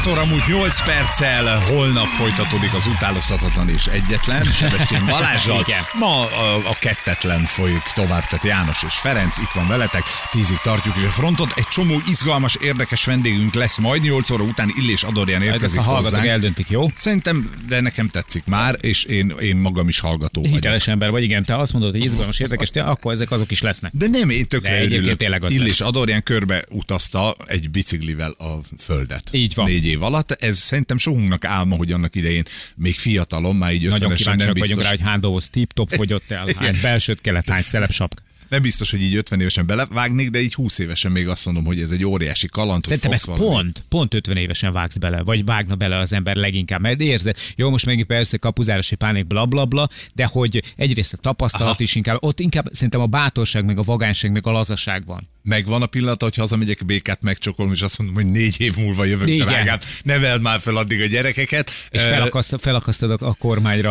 6 óra múlt 8 perccel, holnap folytatódik az utánozhatatlan és egyetlen Sebestyén Balázsral. Ma a kettetlen folyik tovább, tehát János és Ferenc itt van veletek, 10-ig tartjuk is a frontot. Egy csomó izgalmas, érdekes vendégünk lesz majd, 8 óra után Illés Adorján érkezik hozzánk. A hallgatók eldöntik, jó? Szerintem, de nekem tetszik már, és én magam is hallgató vagyok. Hiteles ember vagy, igen, te azt mondod, hogy izgalmas, érdekes, akkor ezek azok is lesznek. De nem, én tökre örülök. Illés Adorján körbe utazta egy biciklivel a földet. Így van. 4 év alatt. Ez szerintem sokunknak álma, hogy annak idején még fiatalom, már így 50-esen nagyon kíváncsiak nem biztos. vagyunk rá, hogy hány doboz tip-top fogyott el, hány belsőt kellett, hány szelepsapka. Nem biztos, hogy így 50 évesen belevágnék, de így 20 évesen még azt mondom, hogy ez egy óriási kaland. Szerintem ez pont 50 évesen vágsz bele, vagy vágna bele az ember leginkább, mert érzed, jó, most megint persze kapuzárosi pánik, blablabla, de hogy egyrészt a tapasztalat is ott inkább szerintem a bátorság, meg a vagányság, meg a lazaság van. Megvan a pillanat, hogy hazamegyek a békát megcsokolom, és azt mondom, hogy 4 év múlva jövök, drágám, neveld már fel addig a gyerekeket. És felakasztod a kormányra,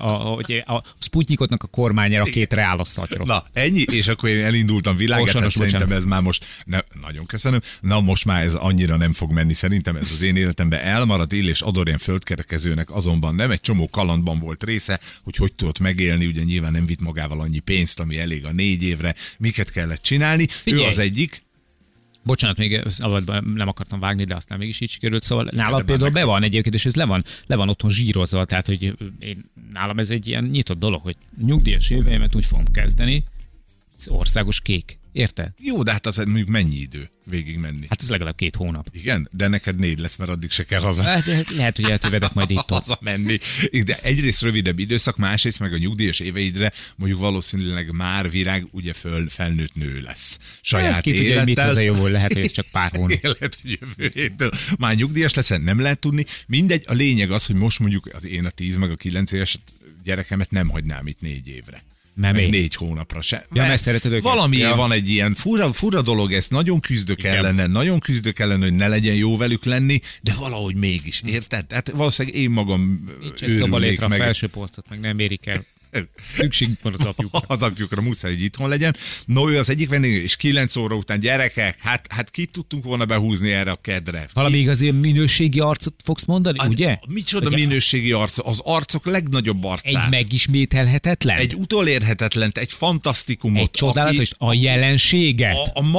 a Sputnikotnak a kormányra 2 reálos szatyrot. Na, ennyi, és akkor én elindultam világát, szerintem ez már most, nagyon köszönöm, most már ez annyira nem fog menni, szerintem ez az én életemben elmaradt. Illés Adorján földkerekezőnek azonban nem, egy csomó kalandban volt része, hogy tudott megélni, ugye nyilván nem vitt magával annyi pénzt, ami elég a 4 évre, miket kellett csinálni. Figyelj. Ő az egyik. Bocsánat, még nem akartam vágni, de aztán mégis így sikerült, szóval nálam például be van egyébként, és ez le van otthon zsírozva, tehát hogy nálam ez egy ilyen nyitott dolog, hogy nyugdíjas éveimet úgy fogom kezdeni, országos kék. Érted? Jó, de hát az mondjuk mennyi idő végig menni? Hát ez legalább 2 hónap. Igen? De neked 4 lesz, mert addig se kell haza. Hát, lehet, hogy eltévedek majd itt haza menni. De egyrészt rövidebb időszak, másrészt meg a nyugdíjas éveidre mondjuk valószínűleg már virág, ugye felnőtt nő lesz. Saját élettel. Tudja, hogy mit az a jó, lehet, hogy ez csak pár hónap. Lehet, hogy jövő héttől már nyugdíjas lesz, nem lehet tudni. Mindegy, a lényeg az, hogy most mondjuk én a 10 meg a 9 éves gyerekemet nem hagynám itt 4 évre. Meg 4 hónapra se. Ja, valami van egy ilyen fura dolog, ezt nagyon küzdök ellen, hogy ne legyen jó velük lenni, de valahogy mégis, érted? Tehát valószínűleg én magam őrülnék meg. A felső porcot meg nem érik el. Szükség van az apjukra. Az apjukra muszáj, hogy itthon legyen. No, ő az egyik vendég, és 9 óra után gyerekek, hát ki tudtunk volna behúzni erre a kedre? Valami igazi minőségi arcot fogsz mondani, ugye? Micsoda minőségi arc? Az arcok legnagyobb arcát. Egy megismételhetetlen? Egy utolérhetetlen, egy fantasztikumot. Egy csodálatos, a jelenséget.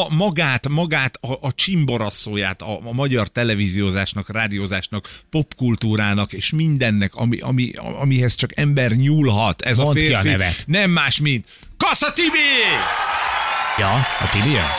Magát a csimborasszóját, a magyar televíziózásnak, rádiózásnak, popkultúrának, és mindennek, amihez csak ember nyúlhat. Ez a férfi nem más, mint Kassa Tibi! Ja, a Tibi jön?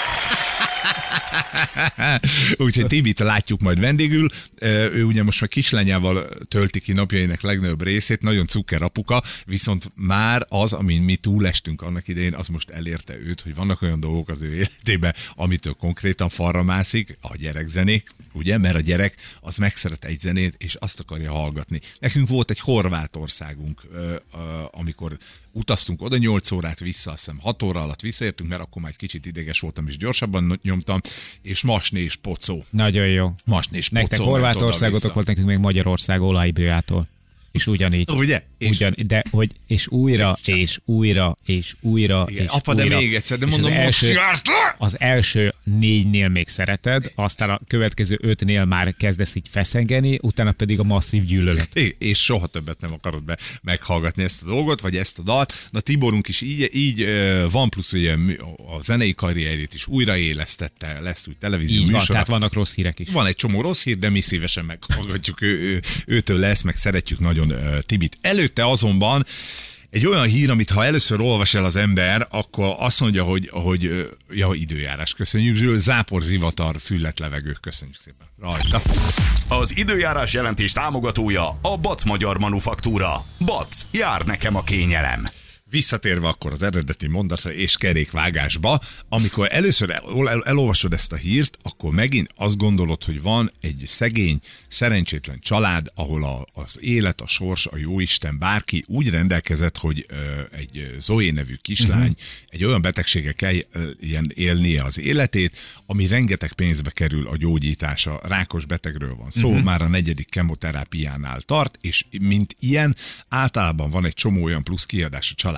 Úgyhogy Tibit látjuk majd vendégül. Ő ugye most már kislányával tölti ki napjainak legnagyobb részét, nagyon cukker apuka, viszont már az, amin mi túlestünk annak idején, az most elérte őt, hogy vannak olyan dolgok az ő életében, amitől konkrétan falra mászik, a gyerekzenék, ugye, mert a gyerek az megszeret egy zenét, és azt akarja hallgatni. Nekünk volt egy Horvátországunk, amikor utaztunk oda 8 órát vissza, azt hiszem 6 óra alatt visszaértünk, mert akkor már egy kicsit ideges voltam, és gyorsabban nyomtam, és Masné és Pocó. Nagyon jó. Masné és Pocó. Nektek Horvátországotok volt, nekünk még Magyarország olajbőjától. És ugyanígy. Ugye? És újra, és újra, és újra, igen, és apa, újra. De még egyszer, de mondom, az első 4-nél még szereted, aztán a következő 5-nél már kezdesz így feszengeni, utána pedig a masszív gyűlölet. És soha többet nem akarod meghallgatni ezt a dolgot, vagy ezt a dalt. Na Tiborunk is így van, plusz ugye a zenei karrierjét is újraélesztette, lesz úgy televízió műsor. Van, tehát vannak rossz hírek is. Van egy csomó rossz hír, de mi szívesen meghallgatjuk őtől lesz, meg szeretjük nagyon Tibit. Előtte azonban egy olyan hír, amit ha először olvas el az ember, akkor azt mondja, hogy időjárás, köszönjük, Zsül, zápor, zivatar, füllet, levegő, köszönjük szépen. Rajta. Az időjárás jelentés támogatója a Bac Magyar Manufaktúra. Bac, jár nekem a kényelem. Visszatérve akkor az eredeti mondatra és kerékvágásba, amikor először elolvasod ezt a hírt, akkor megint azt gondolod, hogy van egy szegény, szerencsétlen család, ahol az élet, a sors, a jóisten, bárki úgy rendelkezett, hogy egy Zoé nevű kislány egy olyan betegséggel kell élnie az életét, ami rengeteg pénzbe kerül a gyógyítása. Rákos betegről van szó, már a 4. kemoterápiánál tart, és mint ilyen általában van egy csomó olyan plusz kiadás a család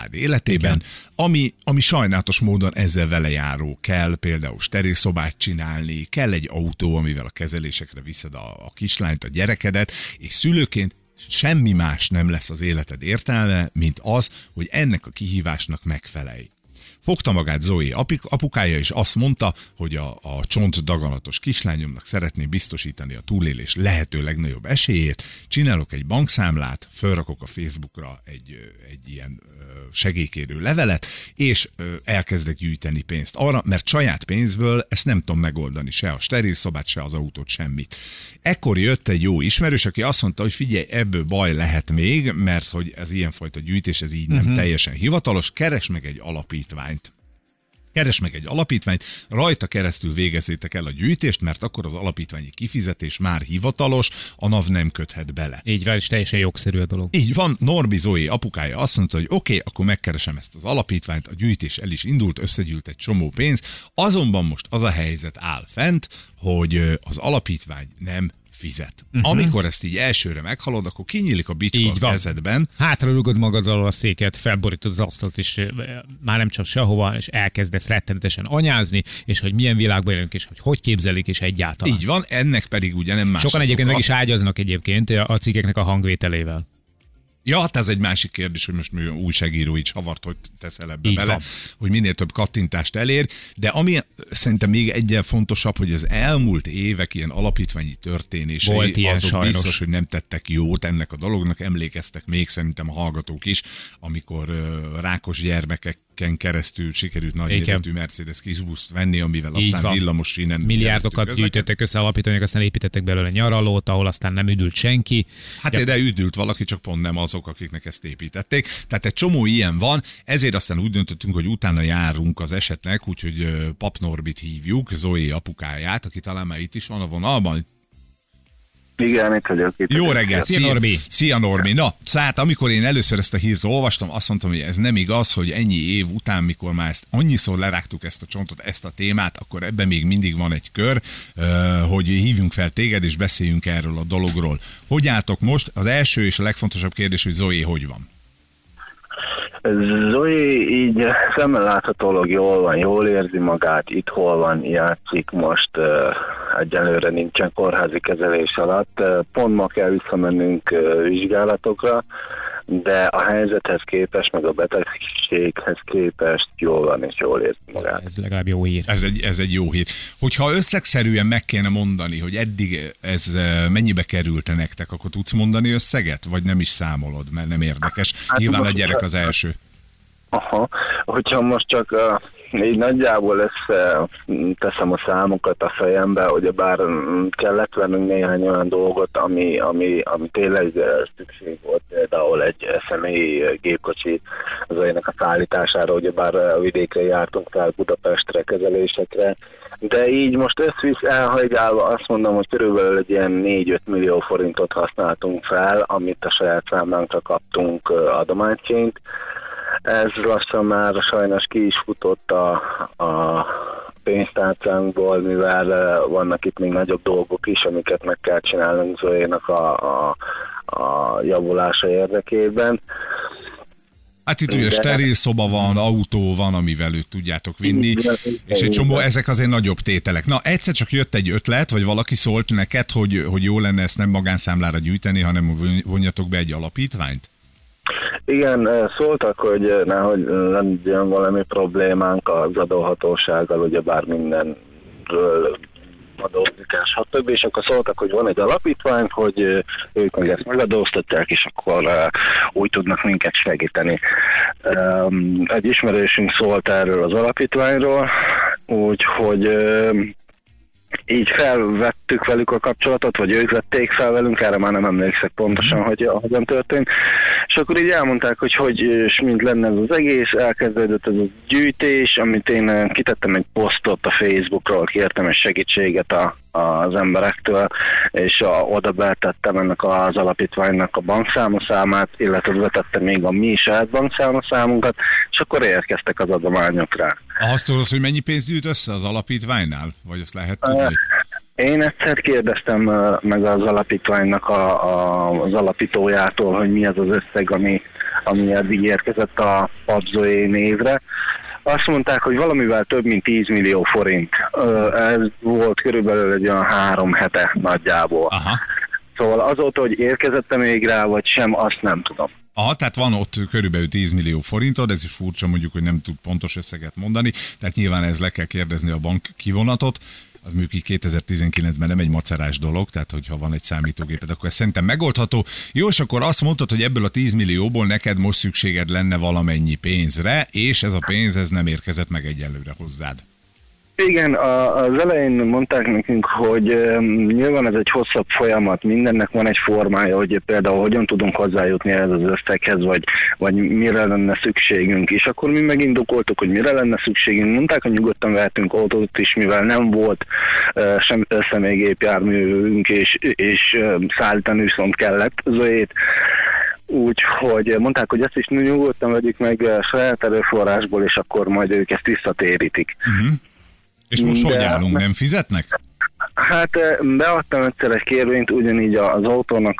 család életében, ami sajnálatos módon ezzel vele járó. Kell például sterilszobát csinálni, kell egy autó, amivel a kezelésekre viszed a kislányt, a gyerekedet, és szülőként semmi más nem lesz az életed értelme, mint az, hogy ennek a kihívásnak megfelelj. Fogta magát Zoe apukája, és azt mondta, hogy a csontdaganatos kislányomnak szeretné biztosítani a túlélés lehető legnagyobb esélyét. Csinálok egy bankszámlát, fölrakok a Facebookra egy ilyen segélykérő levelet, és elkezdek gyűjteni pénzt arra, mert saját pénzből ezt nem tudom megoldani, se a sterilszobát, se az autót, semmit. Ekkor jött egy jó ismerős, aki azt mondta, hogy figyelj, ebből baj lehet még, mert hogy ez ilyenfajta gyűjtés, ez így nem teljesen hivatalos, keresd meg egy alapítványt, rajta keresztül végezzétek el a gyűjtést, mert akkor az alapítványi kifizetés már hivatalos, a NAV nem köthet bele. Így van, és teljesen jogszerű a dolog. Így van, Norbi Zoe apukája azt mondta, hogy oké, akkor megkeresem ezt az alapítványt, a gyűjtés el is indult, összegyűlt egy csomó pénz, azonban most az a helyzet áll fent, hogy az alapítvány nem fizet. Amikor ezt így elsőre meghalod, akkor kinyílik a bicska a kezedben. Hátrarugod magad alól a széket, felborítod az asztalt, és már nem csak sehova, és elkezdesz rettenetesen anyázni, és hogy milyen világban élünk, és hogy képzelik, és egyáltalán. Így van, ennek pedig ugye nem más. Sokan egyébként meg is ágyaznak egyébként a cikkeknek a hangvételével. Ja, hát ez egy másik kérdés, hogy most újságíró így csavart, hogy teszel ebbe így bele, van. hogy minél több kattintást elér, de ami szerintem még egyen fontosabb, hogy az elmúlt évek ilyen alapítványi történései, azok sajnos. Biztos, hogy nem tettek jót ennek a dolognak, emlékeztek még szerintem a hallgatók is, amikor rákos gyermekeken keresztül sikerült nagyméretű Mercedes kisbuszt venni, amivel aztán villamos sínen milliárdokat gyűjtöttek össze alapítványok, aztán építettek belőle nyaralót, ahol aztán nem üdült senki. Hát de üdült valaki, csak pont nem azok, akiknek ezt építették. Tehát egy csomó ilyen van, ezért aztán úgy döntöttünk, hogy utána járunk az esetnek, úgyhogy Pap Norbit hívjuk, Zoe apukáját, aki talán már itt is van a vonalban. Igen, itt vagyok. Jó reggelt! Szia Norbi! Szia Norbi! Na, hát amikor én először ezt a hírt olvastam, azt mondtam, hogy ez nem igaz, hogy ennyi év után, mikor már ezt annyiszor lerágtuk ezt a csontot, ezt a témát, akkor ebben még mindig van egy kör, hogy hívjunk fel téged, és beszéljünk erről a dologról. Hogy álltok most? Az első és a legfontosabb kérdés, hogy Zoe hogy van? Zoe így szemmel láthatólag jól van, jól érzi magát, itthon van, játszik most, egyelőre nincsen kórházi kezelés alatt. Pont ma kell visszamennünk vizsgálatokra, de a helyzethez képest, meg a betegséghez képest jól van és jól érzi magát. Ez legalább jó hír. Ez egy jó hír. Hogyha összegszerűen meg kéne mondani, hogy eddig ez mennyibe került nektek, akkor tudsz mondani összeget? Vagy nem is számolod, mert nem érdekes? Hát nyilván a gyerek az első. Aha, hogyha most csak így nagyjából teszem a számokat a fejembe, hogy bár kellett vennünk néhány olyan dolgot, ami tényleg szükség volt, például egy személyi gépkocsi az olyanak a szállítására, hogy bár vidékre jártunk fel Budapestre kezelésekre, de így most összvisz elhajgálva azt mondom, hogy körülbelül egy ilyen 4-5 millió forintot használtunk fel, amit a saját számlánkra kaptunk adományként. Ez lassan már sajnos ki is futott a pénztárcánkból, mivel vannak itt még nagyobb dolgok is, amiket meg kell csinálnunk Zoénak a javulása érdekében. Hát itt ugye steril szoba van, autó van, amivel őt tudjátok vinni, és egy csomó, ezek azért nagyobb tételek. Na, egyszer csak jött egy ötlet, vagy valaki szólt neked, hogy jó lenne ezt nem magánszámlára gyűjteni, hanem vonjatok be egy alapítványt? Igen, szóltak, hogy nehogy legyen valami problémánk az adóhatósággal, ugyebár mindenről adózik el, stb. És akkor szóltak, hogy van egy alapítvány, hogy ők meg ezt megadóztatják, és akkor úgy tudnak minket segíteni. Egy ismerősünk szólt erről az alapítványról, úgyhogy így felvettük velük a kapcsolatot, vagy ők vették fel velünk, erre már nem emlékszek pontosan, hogy hogyan történt. És akkor így elmondták, hogy és mind lenne ez az egész, elkezdődött ez a gyűjtés, amit én kitettem egy posztot a Facebookról, kértem egy segítséget az emberektől, és oda betettem ennek az alapítványnak a bankszámlaszámát, illetve betettem még a mi saját bankszámlaszámunkat, és akkor érkeztek az adományok rá. Azt tudod, hogy mennyi pénzt gyűjt össze az alapítványnál? Vagy azt lehet tudni? Én egyszer kérdeztem meg az alapítványnak az alapítójától, hogy mi az az összeg, ami eddig érkezett a Pap-Zoé névre. Azt mondták, hogy valamivel több mint 10 millió forint. Ez volt körülbelül egy olyan 3 hete nagyjából. Aha. Szóval azóta, hogy érkezett-e még rá, vagy sem, azt nem tudom. Aha, tehát van ott körülbelül 10 millió forintod, ez is furcsa mondjuk, hogy nem tud pontos összeget mondani, tehát nyilván ez le kell kérdezni a bank kivonatot, az mondjuk 2019-ben nem egy macerás dolog, tehát hogyha van egy számítógéped, akkor ez szerintem megoldható. Jó, és akkor azt mondtad, hogy ebből a 10 millióból neked most szükséged lenne valamennyi pénzre, és ez a pénz ez nem érkezett meg egyelőre hozzád. Igen, az elején mondták nekünk, hogy nyilván ez egy hosszabb folyamat, mindennek van egy formája, hogy például hogyan tudunk hozzájutni ehhez az összeghez, vagy mire lenne szükségünk, és akkor mi megindokoltuk, hogy mire lenne szükségünk. Mondták, hogy nyugodtan vehetünk autót is, mivel nem volt sem személygépjárművünk, és szállítani viszont kellett Zoét. Úgyhogy mondták, hogy ezt is nyugodtan vegyük meg saját erőforrásból, és akkor majd ők ezt visszatérítik. Uh-huh. És most hogy állunk, nem fizetnek? Hát beadtam egyszer egy kérvényt ugyanígy az autónak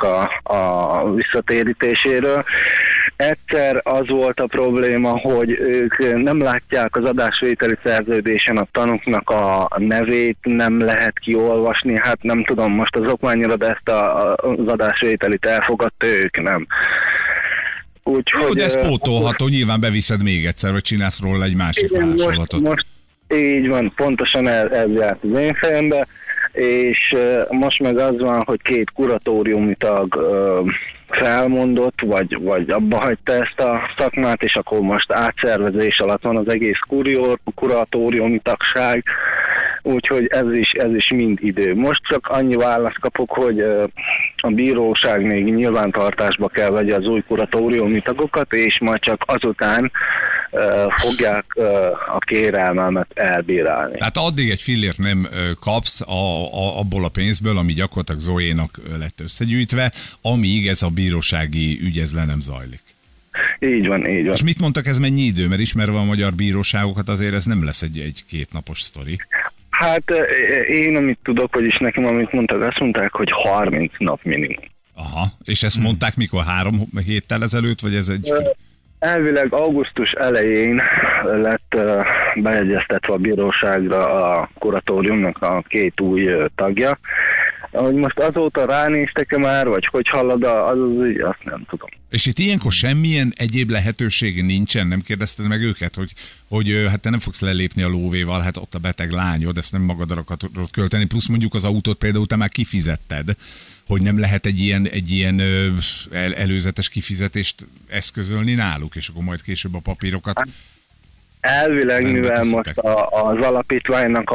a visszatérítéséről. Egyszer az volt a probléma, hogy ők nem látják az adásvételi szerződésen a tanúknak a nevét, nem lehet kiolvasni, hát nem tudom, most az okmányiroda ezt az adásvételit elfogadta, ők nem. Úgyhogy, jó, de ez pótolható, nyilván beviszed még egyszer, vagy csinálsz róla egy másik másolatot. Most így van, pontosan ez járt az én fejembe, és most meg az van, hogy 2 kuratóriumi tag felmondott, vagy abba hagyta ezt a szakmát, és akkor most átszervezés alatt van az egész kuratóriumi tagság, úgyhogy ez is mind idő. Most csak annyi választ kapok, hogy a bíróság még nyilvántartásba kell vegye az új kuratóriumi tagokat, és majd csak azután fogják a kérelmemet elbírálni. Tehát addig egy fillért nem kapsz abból a pénzből, ami gyakorlatilag Zoénak lett összegyűjtve, amíg ez a bírósági ügy ez le nem zajlik. Így van, így van. És mit mondtak, ez mennyi idő? Mert ismerve a magyar bíróságokat azért ez nem lesz egy 2 napos sztori. Hát én amit tudok, vagyis nekem amit mondtak, azt mondták, hogy 30 nap minimum. Aha, és ezt mondták mikor? 3 héttel ezelőtt, vagy ez egy... Elvileg augusztus elején lett bejegyeztetve a bíróságra a kuratóriumnak a 2 új tagja. Hogy most azóta ránéztek-e már, vagy hogy halad az ügy, azt nem tudom. És itt ilyenkor semmilyen egyéb lehetőség nincsen, nem kérdezted meg őket, hogy hát te nem fogsz lelépni a lóvéval, hát ott a beteg lányod, ezt nem magadra akarod költeni, plusz mondjuk az autót például te már kifizetted, hogy nem lehet egy ilyen előzetes kifizetést eszközölni náluk, és akkor majd később a papírokat... Elvileg, mivel most az alapítványnak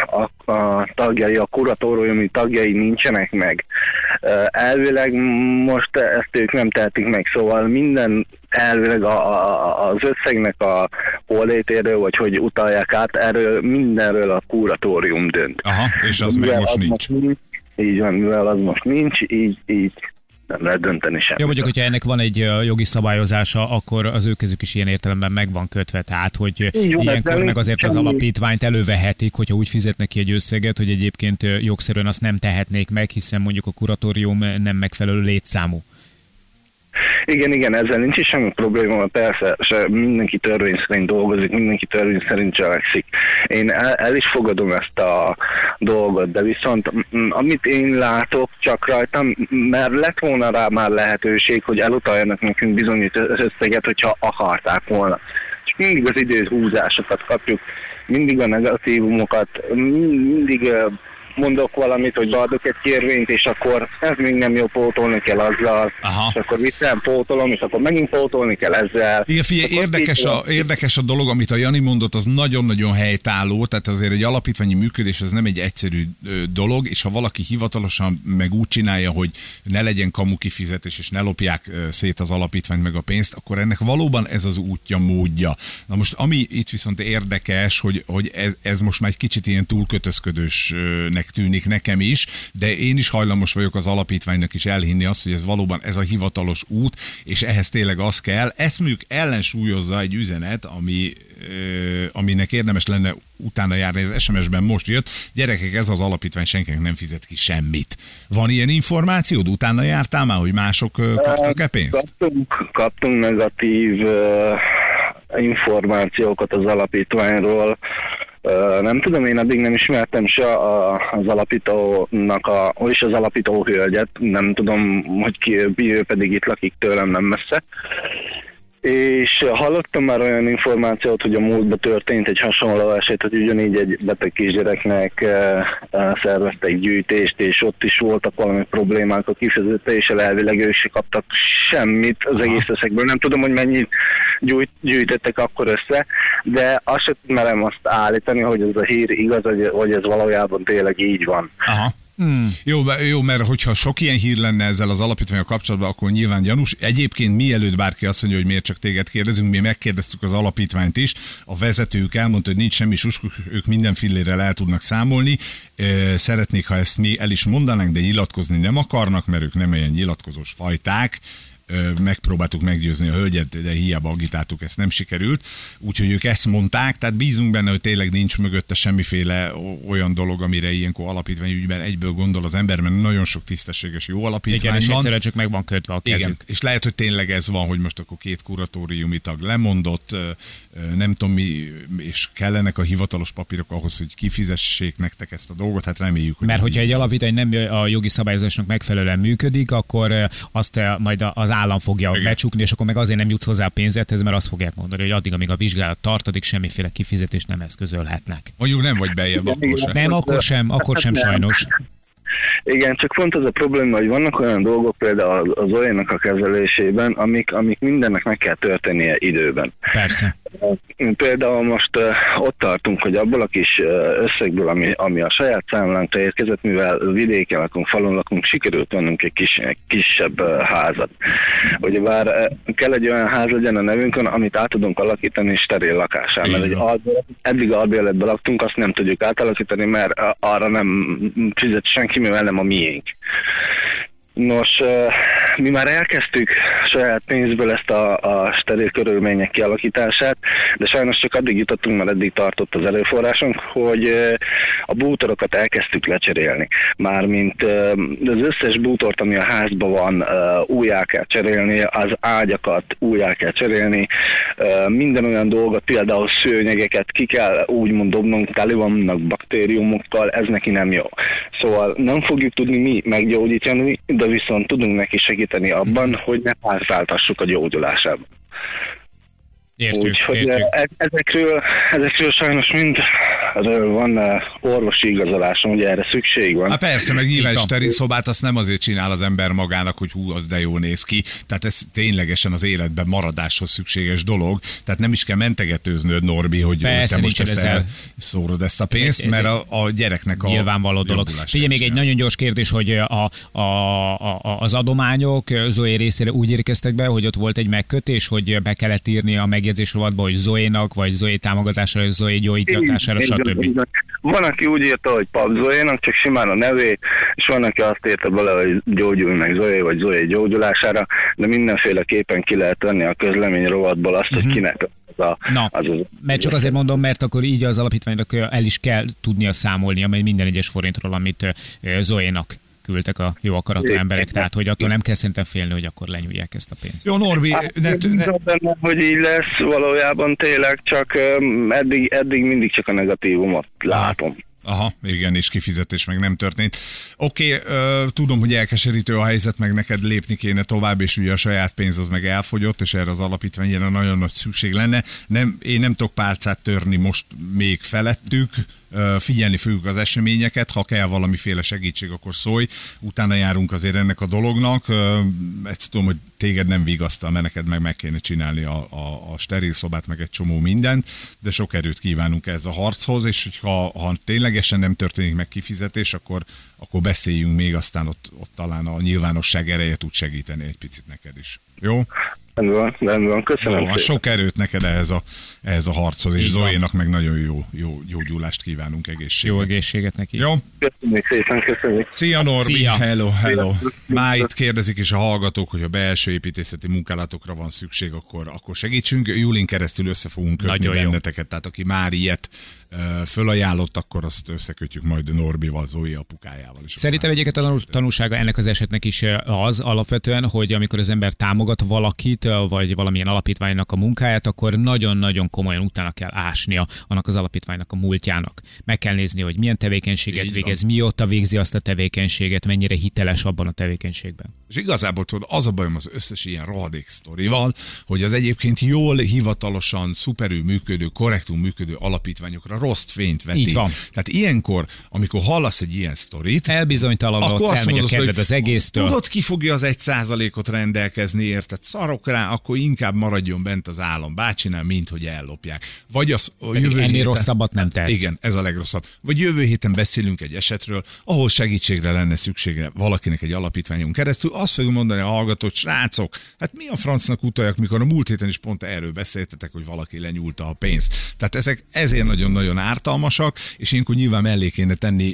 a tagjai, a kuratóriumi tagjai nincsenek meg, elvileg most ezt ők nem tehetik meg, szóval minden elvileg az összegnek a hollétéről, vagy hogy utalják át, erről mindenről a kuratórium dönt. Aha, és az meg most nincs. Így van, mivel az most nincs, így nem lehet dönteni semmit. Jó, mondjuk, hogyha ennek van egy jogi szabályozása, akkor az ő kezük is ilyen értelemben meg van kötve, tehát hogy ilyenkor meg azért az alapítványt elővehetik, hogyha úgy fizetnek ki egy összeget, hogy egyébként jogszerűen azt nem tehetnék meg, hiszen mondjuk a kuratórium nem megfelelő létszámú. Igen, ezzel nincs is semmi probléma, persze, mindenki törvény szerint dolgozik, mindenki törvény szerint cselekszik. Én el is fogadom ezt a dolgot, de viszont amit én látok csak rajtam, mert lett volna rá már lehetőség, hogy elutaljanak nekünk bizonyos összeget, hogyha akarták volna. Csak mindig az időhúzásokat kapjuk, mindig a negatívumokat, mindig mondok valamit, hogy beadok egy kérvényt, és akkor ez még nem jó, pótolni kell azzal, és akkor vissza pótolom, és akkor megint pótolni kell ezzel. Igen, figyelj, érdekes a dolog, amit a Jani mondott, az nagyon-nagyon helytálló, tehát azért egy alapítványi működés az nem egy egyszerű dolog, és ha valaki hivatalosan meg úgy csinálja, hogy ne legyen kamu kifizetés, és ne lopják szét az alapítványt meg a pénzt, akkor ennek valóban ez az útja, módja. Na most, ami itt viszont érdekes, hogy ez most már egy kicsit ilyen túlkötözködősnek hírnek tűnik nekem is, de én is hajlamos vagyok az alapítványnak is elhinni azt, hogy ez valóban ez a hivatalos út, és ehhez tényleg az kell. Ezt mondjuk ellensúlyozza egy üzenet, aminek érdemes lenne utána járni, az SMS-ben most jött. Gyerekek, ez az alapítvány senkinek nem fizet ki semmit. Van ilyen információd? Utána jártál már, hogy mások kaptak-e pénzt? Kaptunk negatív információkat az alapítványról. Nem tudom, én addig nem ismertem se az alapítónak, és az alapító hölgyet, nem tudom, hogy ki, ő pedig itt lakik tőlem nem messze. És hallottam már olyan információt, hogy a múltban történt egy hasonló eset, hogy ugyanígy egy beteg kisgyereknek szerveztek gyűjtést, és ott is voltak valami problémák a kifizetéssel, elvileg ők se kaptak semmit az egész összegből. Nem tudom, hogy mennyit gyűjtöttek akkor össze, de azt sem merem azt állítani, hogy ez a hír igaz, hogy ez valójában tényleg így van. Aha. Jó, mert hogyha sok ilyen hír lenne ezzel az alapítvánnyal kapcsolatban, akkor nyilván gyanús. Egyébként mielőtt bárki azt mondja, hogy miért csak téged kérdezünk, mi megkérdeztük az alapítványt is, a vezetőjük elmondta, hogy nincs semmi suskuk, ők minden fillérrel el tudnak számolni. Szeretnék, ha ezt mi el is mondanánk, de nyilatkozni nem akarnak, mert ők nem ilyen nyilatkozós fajták. Megpróbáltuk meggyőzni a hölgyet, de hiába agitáltuk, ezt nem sikerült. Úgyhogy ők ezt mondták, tehát bízunk benne, hogy tényleg nincs mögötte semmiféle olyan dolog, amire ilyenkor alapítványügyben egyből gondol az ember, mert nagyon sok tisztességes jó alapítvány van. Igen, és egyszerűen csak meg van kötve a kezük. Igen, és lehet, hogy tényleg ez van, hogy most akkor 2 kuratóriumi tag lemondott, nem tudom mi, és kellenek a hivatalos papírok ahhoz, hogy kifizessék nektek ezt a dolgot, hát reméljük, hogy... Mert hogyha egy alapítvány nem a jogi szabályozásnak megfelelően működik, akkor azt majd az állam fogja becsukni, és akkor meg azért nem jutsz hozzá a pénzethez, mert azt fogják mondani, hogy addig, amíg a vizsgálat tart, addig semmiféle kifizetést nem eszközölhetnek. Mondjuk nem vagy beljebb akkor sem. Nem, akkor sem sajnos. Igen, csak pont az a probléma, hogy vannak olyan dolgok például az olyannak a kezelésében, amik mindennek meg kell történnie időben. Persze. Például most ott tartunk, hogy abból a kis összegből, ami a saját számlánkra érkezett, mivel vidéken lakunk, falun lakunk, sikerült vennünk egy kisebb házat. Ugyebár kell egy olyan ház legyen a nevünkön, amit át tudunk alakítani steril lakásá, mert eddig albérletben laktunk, azt nem tudjuk átalakítani, mert arra nem fizet senki, mivel nem a miénk. Nos, mi már elkezdtük saját pénzből ezt a steril körülmények kialakítását, de sajnos csak addig jutottunk, mert eddig tartott az erőforrásunk, hogy a bútorokat elkezdtük lecserélni. Mármint az összes bútort, ami a házban van, újjá kell cserélni, az ágyakat újjá kell cserélni, minden olyan dolgot, például szőnyegeket ki kell úgymond dobnunk, tele vannak baktériumokkal, ez neki nem jó. Szóval nem fogjuk tudni mi meggyógyítani, de viszont tudunk neki segíteni abban, hogy ne hátráltassuk a gyógyulásában. Úgyhogy ezekről sajnos mind van orvosi igazolásom, ugye erre szükség van. Hát persze, meg nyilván steril szobát azt nem azért csinál az ember magának, hogy hú, az de jól néz ki. Tehát ez ténylegesen az életben maradáshoz szükséges dolog. Tehát nem is kell mentegetőznöd, Norbi, hogy persze, te most ezt elszórod ezt a pénzt, mert a gyereknek a nyilvánvaló dolog. Figyelj, még egy nagyon gyors kérdés, hogy az adományok Zoé részére úgy érkeztek be, hogy ott volt egy megkötés, hogy be kellett írni a megjegyzés rovatba, hogy Zoénak, vagy Zoé támogatására, vagy Zoé gyógyítására, stb. Van, aki úgy írta, hogy Pap Zoénak, csak simán a nevé, és van, aki azt írta bele, hogy gyógyulj meg Zoé, vagy Zoé gyógyulására, de mindenféleképpen ki lehet venni a közlemény rovatból azt, hogy kinek mert csak azért mondom, mert akkor így az alapítványnak el is kell tudnia számolni, amely minden egyes forintról, amit Zoénak küldtek a jó akaratú emberek, tehát hogy attól nem kell szerintem félni, hogy akkor lenyúlják ezt a pénzt. Jó, Norbi, hogy így lesz valójában tényleg, csak eddig mindig csak a negatívumot látom. Aha, igen, és kifizetés meg nem történt. Oké, tudom, hogy elkeserítő a helyzet, meg neked lépni kéne tovább, és ugye a saját pénz az meg elfogyott, és erre az alapítványra nagyon nagy szükség lenne. Én nem tudok pálcát törni most még felettük, figyelni fogjuk az eseményeket, ha kell valamiféle segítség, akkor szólj. Utána járunk azért ennek a dolognak. Ezt tudom, hogy téged nem vigasztal, mert neked meg kéne csinálni a steril szobát, meg egy csomó mindent, de sok erőt kívánunk ez a harchoz, és ha ténylegesen nem történik meg kifizetés, akkor beszéljünk még, aztán ott talán a nyilvánosság ereje tud segíteni egy picit neked is. Jó? Rendben, köszönöm. Jó, sok erőt neked ehhez a harchoz, és Zoénak meg nagyon jó gyúlást kívánunk, egészséget. Jó egészséget neki. Jó? Köszönjük szépen, köszönjük. Szia Norbi, Szia. hello. Már itt kérdezik is a hallgatók, hogy a belső építészeti munkálatokra van szükség, akkor segítsünk. Júlin keresztül össze fogunk kötni nagyon benneteket, tehát aki már ilyet fölajánlott, akkor azt összekötjük majd Norbival, Zoé apukájával is. Szerintem egyébként a tanulsága ennek az esetnek is az alapvetően, hogy amikor az ember támogat valakit, vagy valamilyen alapítványnak a munkáját, akkor nagyon-nagyon komolyan utána kell ásnia annak az alapítványnak a múltjának. Meg kell nézni, hogy milyen tevékenységet végez, mióta végzi azt a tevékenységet, mennyire hiteles abban a tevékenységben. És igazából tudod, az a bajom az összes ilyen rohadék sztorival, hogy az egyébként jól, hivatalosan, szuperül működő, korrektül működő alapítványokra rossz fényt vetik. Így van. Tehát ilyenkor, amikor hallasz egy ilyen sztorit, elbizonytalanodsz, elmegy a kedved az egésztől. Tudod, ki fogja az 1%-ot rendelkezni, érted? Szarok rá, akkor inkább maradjon bent az állam bácsinál, mint hogy ellopják. Vagy az a jövő ennél héten... rosszabbat nem tehetsz. Igen, ez a legrosszabb. Vagy jövő héten beszélünk egy esetről, ahol segítségre lenne szüksége valakinek egy alapítványon keresztül. Azt fogjuk mondani a hallgatót, srácok, hát mi a francnak utaljak, mikor a múlt héten is pont erről beszéltetek, hogy valaki lenyúlta a pénzt. Tehát ezek ezért nagyon-nagyon ártalmasak, és ilyenkor nyilván mellé kéne tenni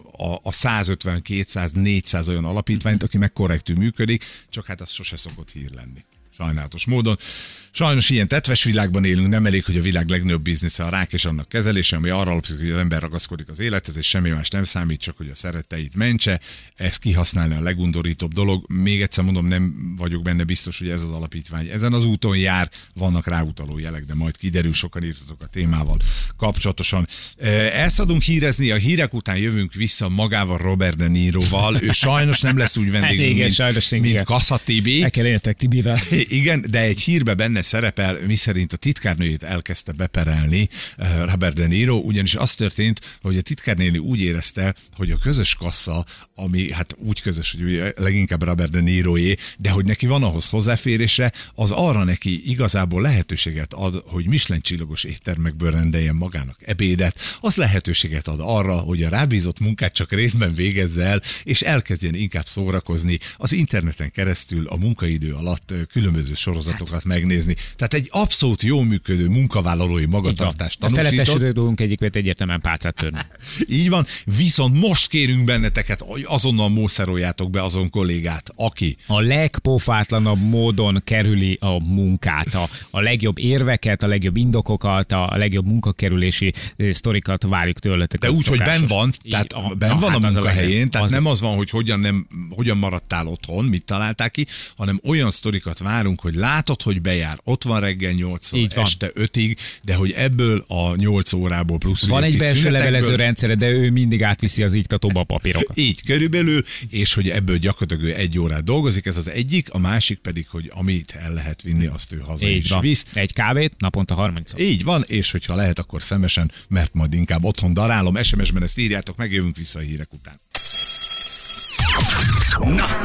a 150, 200, 400 olyan alapítványt, aki meg korrektül működik, csak hát az sose szokott hír lenni. Sajnálatos módon. Sajnos ilyen tetves világban élünk, nem elég, hogy a világ legnagyobb biznisze a rák és annak kezelése, ami arra alapszik, hogy az ember ragaszkodik az élethez, és semmi más nem számít, csak hogy a szeretteit mentse. Ezt kihasználni a legundorítóbb dolog. Még egyszer mondom, nem vagyok benne biztos, hogy ez az alapítvány ezen az úton jár, vannak ráutaló jelek, de majd kiderül, sokan írtatok a témával kapcsolatosan. Elszadunk hírezni, a hírek után jövünk vissza magával Robert De Niroval. Ő sajnos nem lesz úgy vendégünk, mint Kassa Tibi. El kell értek Tibivel. Igen, de egy hírbe benne szerepel, miszerint a titkárnőjét elkezdte beperelni Robert De Niro, ugyanis az történt, hogy a titkárnéni úgy érezte, hogy a közös kassa, ami hát úgy közös, hogy leginkább Robert De Niroé, de hogy neki van ahhoz hozzáférése, az arra neki igazából lehetőséget ad, hogy Michelin csillagos éttermekből rendeljen magának ebédet, az lehetőséget ad arra, hogy a rábízott munkát csak részben végezze el, és elkezdjen inkább szórakozni az interneten keresztül a munkaidő alatt különböző sorozatokat megnézni. Tehát egy abszolút jól működő munkavállalói magatartást tanúsított. A feleteső dolgunk egyikért egyértelműen pálcát törni. Így van, viszont most kérünk benneteket, hogy azonnal mószeroljátok be azon kollégát, aki a legpofátlanabb módon kerüli a munkát, a legjobb érveket, a legjobb indokokat, a legjobb munkakerülési sztorikat várjuk tőletek. De úgy, hogy benn van, tehát benn van a munkahelyén, tehát nem az van, hogy hogyan maradtál otthon, mit találtál ki, hanem olyan sztorikat várunk, hogy látod, hogy bejár, ott van reggel 8-tól este 5-ig, de hogy ebből a 8 órából plusz van egy belső levelező rendszere, de ő mindig átviszi az iktatóba a papírokat. Így körülbelül, és hogy ebből gyakorlatilag ő 1 órát dolgozik, ez az egyik, a másik pedig, hogy amit el lehet vinni, azt ő haza is visz. Egy kávét naponta 30-szor. Így van, és hogyha lehet, akkor szemesen, mert majd inkább otthon darálom, SMS-ben ezt írjátok, megjövünk vissza a hírek után. Na,